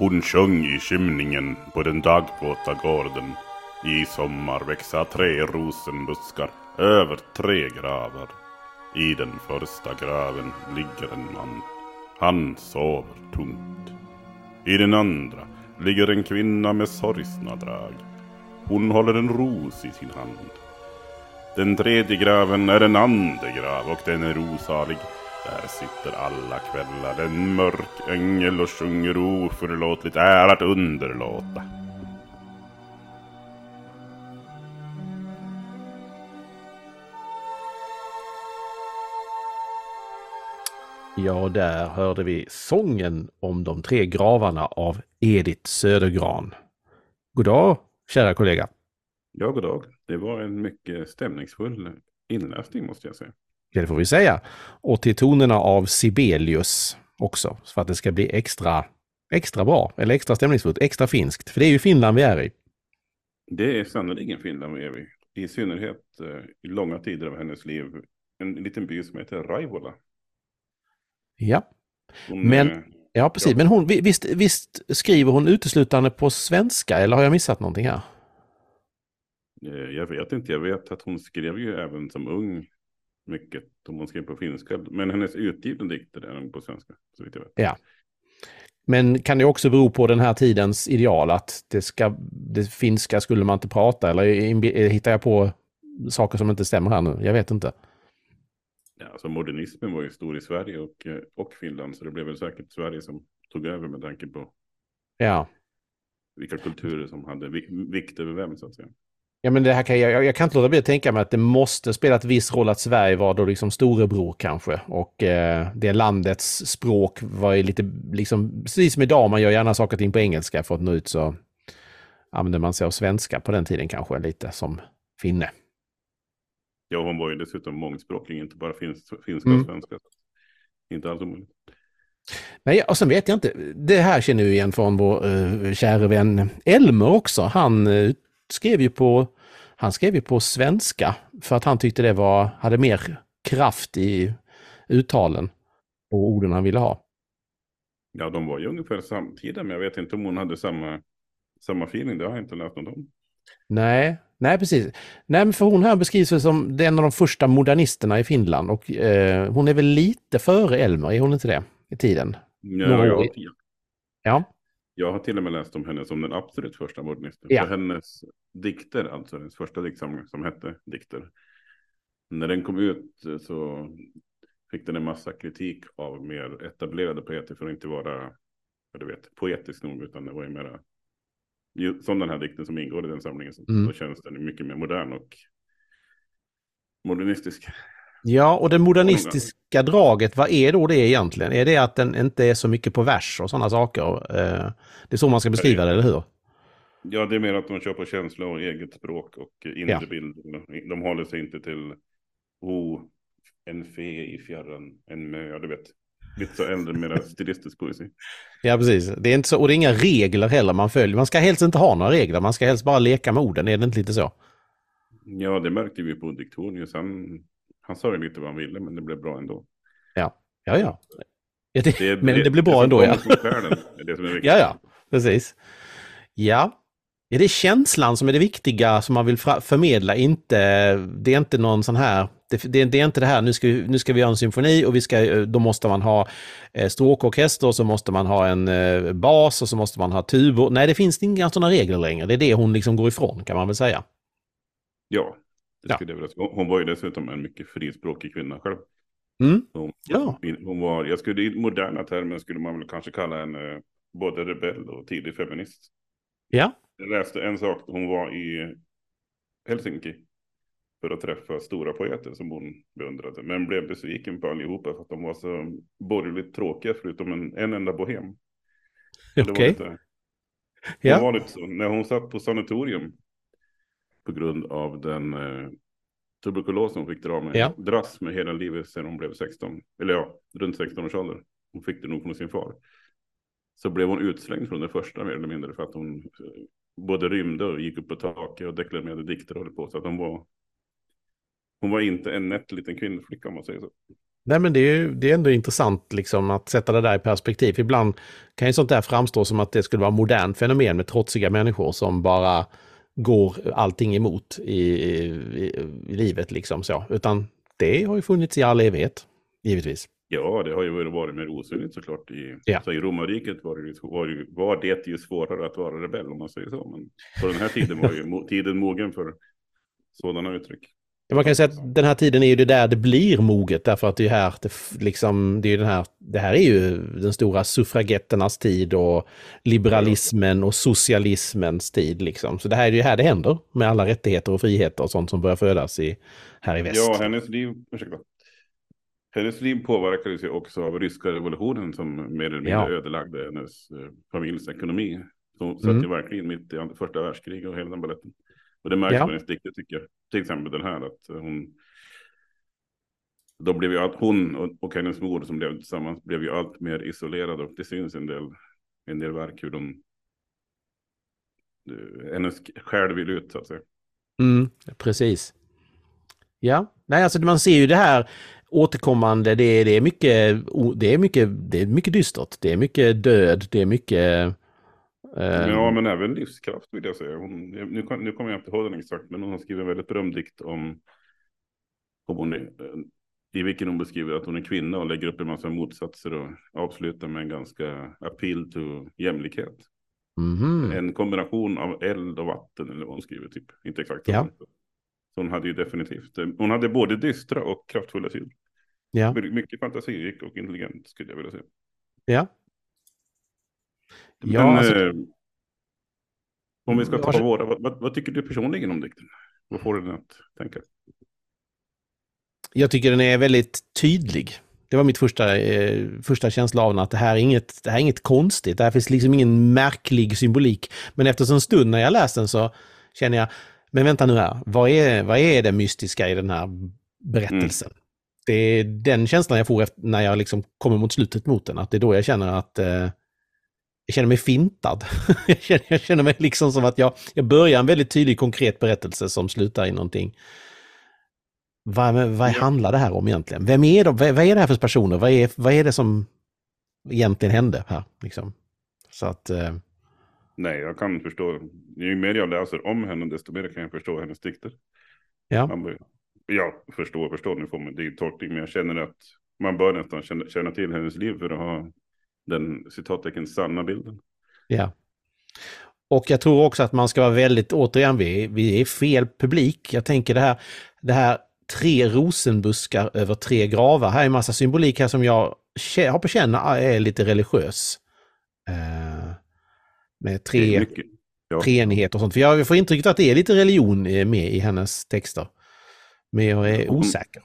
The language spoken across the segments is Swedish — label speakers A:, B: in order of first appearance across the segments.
A: Hon sjöng i skymningen på den dagvåta gården. I sommar växa 3 rosenbuskar över 3 gravar. I den första graven ligger en man. Han sover tungt. I den andra ligger en kvinna med sorgsna drag. Hon håller en ros i sin hand. Den tredje graven är en andegrav och den är osalig. Där sitter alla kvällar en mörk ängel och sjunger oförlåtligt är att underlåta.
B: Ja, där hörde vi sången om de 3 gravarna av Edith Södergran. God dag, kära kollega.
A: Ja, god dag. Det var en mycket stämningsfull inläsning måste jag säga.
B: Ja, det får vi säga. Och till tonerna av Sibelius också, för att det ska bli extra bra, eller extra stämningsfullt, extra finskt. För det är ju Finland vi är i.
A: Det är sannoliken Finland vi är i. I synnerhet i långa tider av hennes liv. En liten by som heter Raivola.
B: Ja, ja precis. Ja. Men hon, visst skriver hon uteslutande på svenska, eller har jag missat någonting här?
A: Jag vet inte. Jag vet att hon skrev ju även som ung mycket om hon skrev på finska. Men hennes utgivna dikter är på svenska, så vitt jag vet.
B: Ja. Men kan det också bero på den här tidens ideal att det finska skulle man inte prata, eller hittar jag på saker som inte stämmer här nu? Jag vet inte.
A: Ja, alltså modernismen var ju stor i Sverige och Finland, så det blev väl säkert Sverige som tog över med tanke på vilka kulturer som hade vikt över vem, så att säga.
B: Ja, men det här jag kan inte låta bli att tänka mig att det måste spela ett viss roll att Sverige var då liksom storebror kanske, och det landets språk var ju lite liksom, precis som idag man gör gärna saker och ting på engelska för att nå ut, så använde man sig av svenska på den tiden kanske lite som finne.
A: Ja, hon var ju dessutom mångspråkig, inte bara finska och svenska. Inte alls omöjligt.
B: Nej, och sen vet jag inte, det här känner vi igen från vår kära vän Elmer också. Han skrev ju på svenska för att han tyckte det hade mer kraft i uttalen och orden han ville ha.
A: Ja, de var ju ungefär samtida, men jag vet inte om hon hade samma feeling. Det har jag inte läst något om.
B: Nej, precis. Nej, men för hon här beskrivs som en av de första modernisterna i Finland, och hon är väl lite före Elmer, är hon inte det i tiden?
A: Ja. Jag har till och med läst om henne som den absolut första modernisten. Ja. För hennes dikter, alltså hennes första diktsamling som hette Dikter. När den kom ut så fick den en massa kritik av mer etablerade poeter för att inte vara, poetisk nog, utan det var ju mera som den här dikten som ingår i den samlingen. Då känns den mycket mer modern och modernistisk.
B: Ja, och det modernistiska draget, vad är då det egentligen? Är det att den inte är så mycket på vers och sådana saker? Det är så man ska beskriva det, eller hur?
A: Ja, det är mer att de kör på känsla och eget språk och inre bild. De håller sig inte till en fe i fjärran, en mö, du vet. Lite så äldre, mer stilistisk poesi.
B: Ja, precis. Det är inte så, och det är inga regler heller man följer. Man ska helst inte ha några regler, man ska helst bara leka med orden. Är det inte lite så?
A: Ja, det märkte vi på Diktonius. Han sa ju lite vad han ville, men det blev bra ändå.
B: Ja. Men det blev bra ändå, ja.
A: Det som är viktigt.
B: Ja, precis. Ja. Är det känslan som är det viktiga som man vill förmedla? Det är inte någon sån här, det är inte det här, nu ska vi göra en symfoni och då måste man ha stråkorkester, och så måste man ha en bas, och så måste man ha tubor. Nej, det finns inga sådana regler längre. Det är det hon liksom går ifrån, kan man väl säga.
A: Ja, det skulle jag vilja säga. Hon var ju dessutom en mycket frispråkig kvinna själv. Hon var, i moderna termer skulle man väl kanske kalla henne både rebell och tidig feminist.
B: Ja.
A: Jag läste en sak, hon var i Helsinki för att träffa stora poeter som hon beundrade, men blev besviken på allihopa för att de var så borgerligt tråkiga förutom en enda bohem.
B: Okej.
A: Det var lite så. När hon satt på sanatorium på grund av den tuberkulos hon fick dras med hela livet sedan hon blev 16, eller runt 16 års ålder. Hon fick det nog från sin far. Så blev hon utslängd från det första mer eller mindre för att hon både rymde och gick upp på taket och deklamerade dikter och höll på. Så att hon var inte en nätt liten kvinnoflicka, om man säger så.
B: Nej, men det är ändå intressant liksom, att sätta det där i perspektiv. Ibland kan ju sånt där framstå som att det skulle vara ett modernt fenomen med trotsiga människor som bara går allting emot i livet. Liksom så. Utan det har ju funnits i all evighet, givetvis.
A: Ja, det har ju varit mer osynligt såklart.
B: Ja.
A: Så i romarriket var det ju svårare att vara rebell, om man säger så. Men på den här tiden var ju tiden mogen för sådana uttryck.
B: Man kan säga att den här tiden är ju det där det blir moget, därför att det är här, det här är ju den stora suffragetternas tid och liberalismen och socialismens tid liksom. Så det här är ju här det händer med alla rättigheter och friheter och sånt som börjar födas här i väst.
A: Ja, hennes liv påverkades ju också av ryska revolutionen som mer eller mindre ödelagde hennes familjs ekonomi. Så satt ju verkligen mitt i första världskriget och hela den balletten. Och det märks på hennes dikter, tycker jag. Till exempel den här, att då blev ju hon och hennes mor som blev tillsammans blev ju allt mer isolerade, och det syns en del verk hur hennes själ vill ut, så att säga.
B: Precis. Ja, nej, alltså man ser ju det här återkommande, det är mycket dystert, det är mycket död, det är mycket...
A: Ja, men även livskraft vill jag säga. Nu kommer jag inte ihåg den exakt, men hon har skrivit en väldigt berömd dikt om i vilken hon beskriver att hon är kvinna och lägger upp en massa motsatser och avslutar med en ganska appeal to jämlikhet. En kombination av eld och vatten, eller vad hon skriver, typ. Inte exakt.
B: Ja.
A: Så hon hade ju definitivt, hon hade både dystra och kraftfulla sidor.
B: Ja.
A: Mycket fantasirik och intelligent, skulle jag vilja säga.
B: Ja.
A: Men, om vi ska ta våra, vad tycker du personligen om dikten? Vad får du att tänka?
B: Jag tycker den är väldigt tydlig. Det var mitt första känsla av att det här är inget konstigt. Det här finns liksom ingen märklig symbolik. Men efter en stund när jag läste den så känner jag, men vänta nu här, vad är det mystiska i den här berättelsen? Det är den känslan jag får när jag liksom kommer mot slutet mot den. Att det är då jag känner att jag känner mig fintad. jag känner mig liksom som att jag börjar en väldigt tydlig konkret berättelse som slutar i någonting. Vad handlar det här om egentligen? Vem är de? Vad är det här för personer? Vad är det som egentligen hände här? Liksom? Så att...
A: Nej, jag kan förstå. Ju mer jag läser om henne, desto mer kan jag förstå hennes dikter.
B: Ja.
A: Jag förstår nu får man, det är tolkning, men jag känner att man bör nästan känna till hennes liv för att ha den citattecken sanna bilden.
B: Ja. Och jag tror också att man ska vara väldigt, återigen, vi är fel publik. Jag tänker det här 3 rosenbuskar över 3 gravar. Här är en massa symbolik här som jag har på känna är lite religiös. Med treenighet och sånt. För jag får intrycket att det är lite religion med i hennes texter. Men jag är osäker.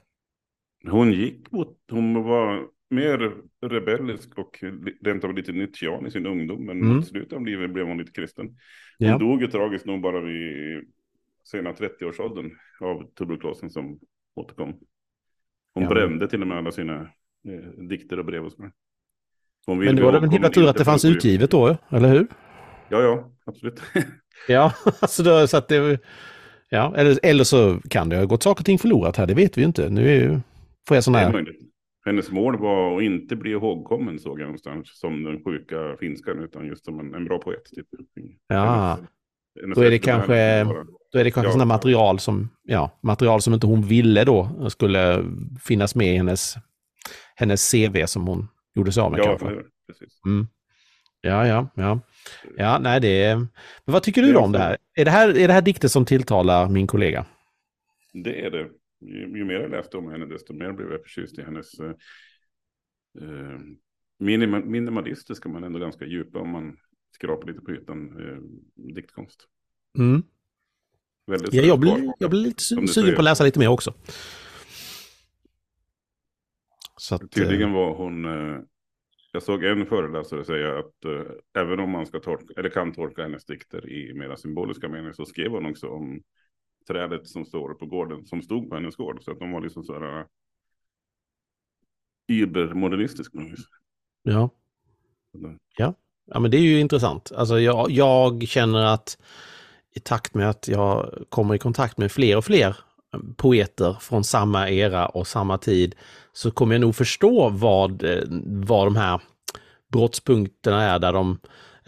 A: Hon var mer rebellisk och rent av lite nyttjan i sin ungdom. Men mot slutet av livet blev hon lite kristen. Hon dog ju tragiskt nog bara vid sena 30-årsåldern av tuberkulosen som återkom. Hon brände till och med alla sina dikter och brev och sådär.
B: Men det var väl en himla tur att det fanns utgivet då, eller hur?
A: Ja, absolut.
B: Ja, alltså då, så att det... Ja, eller så kan det ha gått saker och ting förlorat här, det vet vi ju inte. Nu får jag sån här...
A: Hennes mål var att inte bli ihågkommen, såg jag någonstans, som den sjuka finskan, utan just som en bra poet. Typ.
B: Ja, då är det kanske sådana material som inte hon ville då skulle finnas med i hennes CV som hon gjorde sig av med.
A: Ja, precis.
B: Ja, nej det är... Men vad tycker du om det här? Är det här dikter som tilltalar min kollega?
A: Det är det. Ju mer jag läste om henne, desto mer blev jag förtjust i hennes minimalistiska, men ändå ganska djupa, om man skrapar lite på ytan, diktkonst.
B: Ja, jag blir lite sugen på att läsa lite mer också. Så att,
A: tydligen var hon... Jag såg en föreläsare säga att även om man ska kan tolka hennes dikter i mera symboliska mening, så skrev hon också om trädet som står på gården, som stod på hennes gård. Så att de var liksom så här übermodernistisk.
B: Ja, men det är ju intressant. Alltså jag känner att i takt med att jag kommer i kontakt med fler och fler poeter från samma era och samma tid, så kommer jag nog förstå vad de här brottspunkterna är där de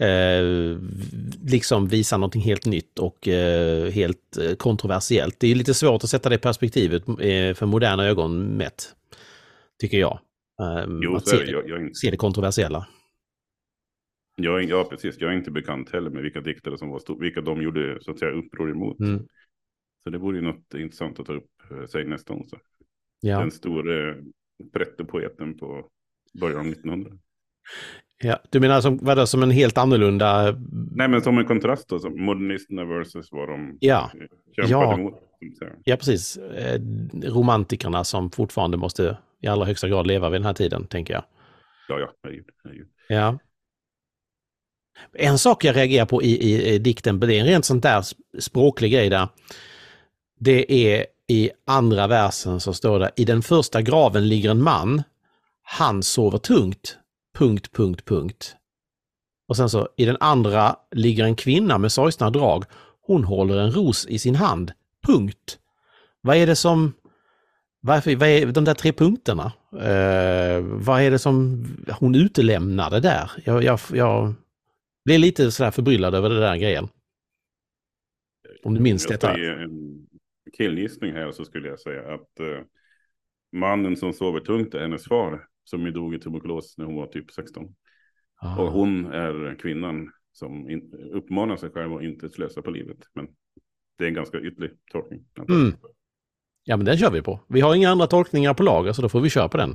B: liksom visar någonting helt nytt och helt kontroversiellt. Det är lite svårt att sätta det perspektivet för moderna ögon mätt, tycker jag. Att se det kontroversiella.
A: Ja, precis. Jag är inte bekant heller med vilka diktare som var vilka de gjorde så att säga uppror emot. Så det vore ju något intressant att ta upp sig nästa onsdag. Ja. Den stora pretto-poeten på början av 1900.
B: Ja, du menar som en helt annorlunda...
A: Nej, men som en kontrast då, som modernisterna versus vad de kämpade emot.
B: Ja, precis. Romantikerna som fortfarande måste i allra högsta grad leva vid den här tiden, tänker jag. Ja. En sak jag reagerar på i dikten, det är en rent sånt där språklig grej där. Det är i andra versen så står det: i den första graven ligger en man, han sover tungt, ... Och sen så, i den andra ligger en kvinna med sorgsna drag, hon håller en ros i sin hand, . Vad är det som... vad är de där 3 punkterna? Vad är det som hon utelämnade där? Jag blir lite sådär förbryllad över det där grejen. Om du minns detta.
A: I en killgissning här så skulle jag säga att mannen som sover tungt är hennes far, som ju dog i tuberkulos när hon var typ 16. Och hon är kvinnan som uppmanar sig själv att inte slösa på livet. Men det är en ganska ytlig tolkning.
B: Ja, men den kör vi på. Vi har inga andra tolkningar på lager, så då får vi köra på den.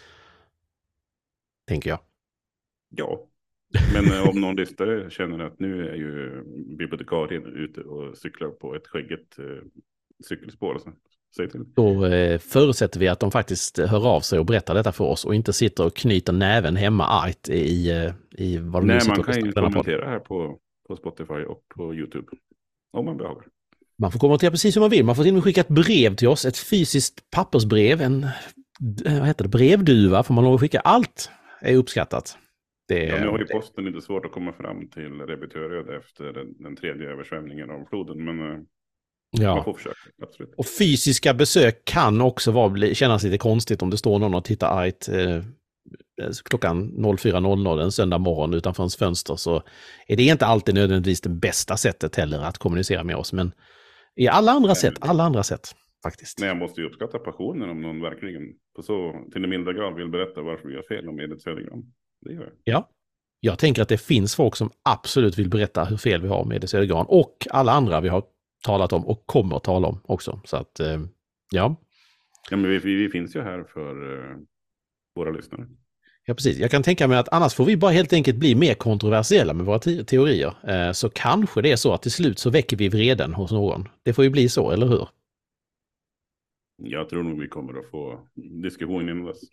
B: Tänker jag.
A: Ja, men om någon lyssnare känner att nu är ju bibliotekarien ute och cyklar på ett skägget cykelspår, så säg till.
B: Då förutsätter vi att de faktiskt hör av sig och berättar detta för oss och inte sitter och knyter näven hemma argt i vad de nu sitter och
A: man kan ju kommentera här på Spotify och på YouTube om man behagar.
B: Man får kommentera precis som man vill. Man får till och med skicka ett brev till oss, ett fysiskt pappersbrev, en brevduva, får man lov att skicka. Allt är uppskattat.
A: Nu har ju posten inte svårt att komma fram till Rebetöröd efter den 3:e översvämningen av floden, men man får försöka, absolut.
B: Och fysiska besök kan också kännas lite konstigt om det står någon och tittar argt klockan 04.00 en söndag morgon utanför ens fönster, så är det inte alltid nödvändigtvis det bästa sättet heller att kommunicera med oss, men i alla andra sätt faktiskt.
A: Men jag måste ju uppskatta passionen om någon verkligen på så till en milda grad vill berätta varför vi har fel om Edith Södergran. Det gör jag.
B: Ja, jag tänker att det finns folk som absolut vill berätta hur fel vi har med Edith Södergran och alla andra vi har talat om och kommer att tala om också. Så att, ja.
A: Ja, men vi finns ju här för våra lyssnare.
B: Ja, precis. Jag kan tänka mig att annars får vi bara helt enkelt bli mer kontroversiella med våra teorier. Så kanske det är så att till slut så väcker vi vreden hos någon. Det får ju bli så, eller hur?
A: Jag tror nog vi kommer att få diskussion inom dess.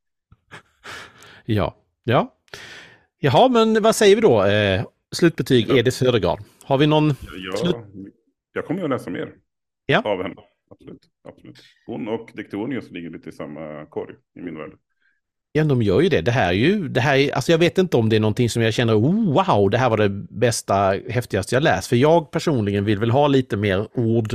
B: Ja. Jaha, men vad säger vi då? Slutbetyg Edith Södergran. Har vi någon...
A: Jag kommer att läsa mer av henne. Absolut. Hon och Dictonius ligger lite i samma korg i min värld.
B: Ja, de gör ju det. Det här alltså jag vet inte om det är någonting som jag känner, wow, det här var det bästa, häftigaste jag läst. För jag personligen vill väl ha lite mer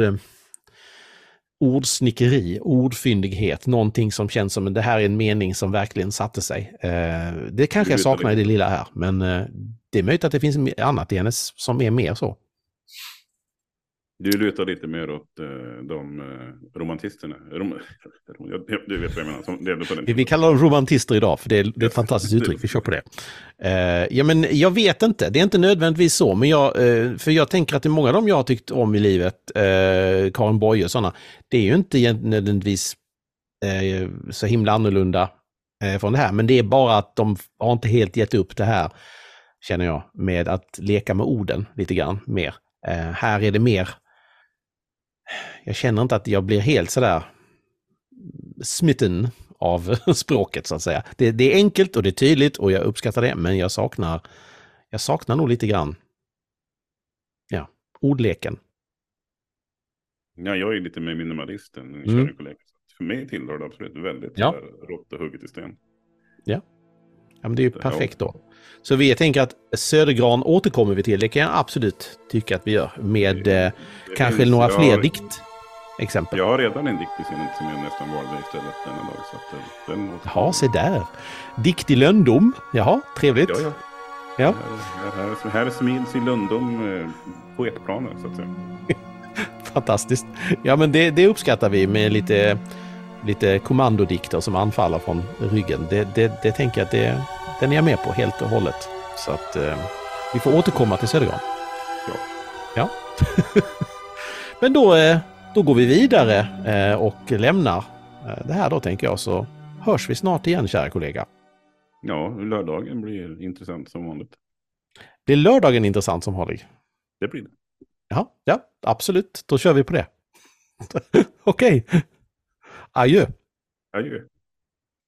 B: ordsnickeri, ordfyndighet, någonting som känns som det här är en mening som verkligen satte sig. Det kanske jag saknar i det lilla här, men det är möjligt att det finns annat i hennes som är mer så.
A: Du lutar lite mer åt de romantisterna. Du vet vad jag menar. Som levde på den.
B: Vi kallar dem romantister idag, för det är ett fantastiskt uttryck. Vi kör på det. Ja, men jag vet inte. Det är inte nödvändigtvis så. Men för jag tänker att det är många av dem jag har tyckt om i livet, Karin Boye och sådana, det är ju inte nödvändigtvis så himla annorlunda från det här. Men det är bara att de har inte helt gett upp det här, känner jag, med att leka med orden lite grann mer. Här är det mer... Jag känner inte att jag blir helt sådär smitten av språket, så att säga. Det är enkelt och det är tydligt och jag uppskattar det, men jag saknar nog lite grann ordleken.
A: Ja, jag är lite mer minimalist än en kära kollega. För mig tillhör det absolut väldigt rått och hugget i sten.
B: Ja, men det är ju perfekt då. Så vi tänker att Södergran återkommer vi till. Det kan jag absolut tycka att vi gör. Med kanske några fler exempel.
A: Jag har redan en dikt i sinnet som jag nästan valde istället denna dag. Så att den
B: Ja, se där. Dikt i lönndom. Jaha, trevligt.
A: Ja.
B: Ja.
A: Här smids i lundom på ett plan, så att säga.
B: Fantastiskt. Ja, men det uppskattar vi med lite kommandodikter som anfaller från ryggen. Det tänker jag att den är jag med på helt och hållet. Så att vi får återkomma till Södergran. Ja. Men då går vi vidare och lämnar det här då, tänker jag. Så hörs vi snart igen, kära kollega.
A: Ja, lördagen blir intressant som vanligt.
B: Blir lördagen intressant som vanligt?
A: Det blir det.
B: Ja, absolut. Då kör vi på det. Okej. Adjö.
A: Adjö.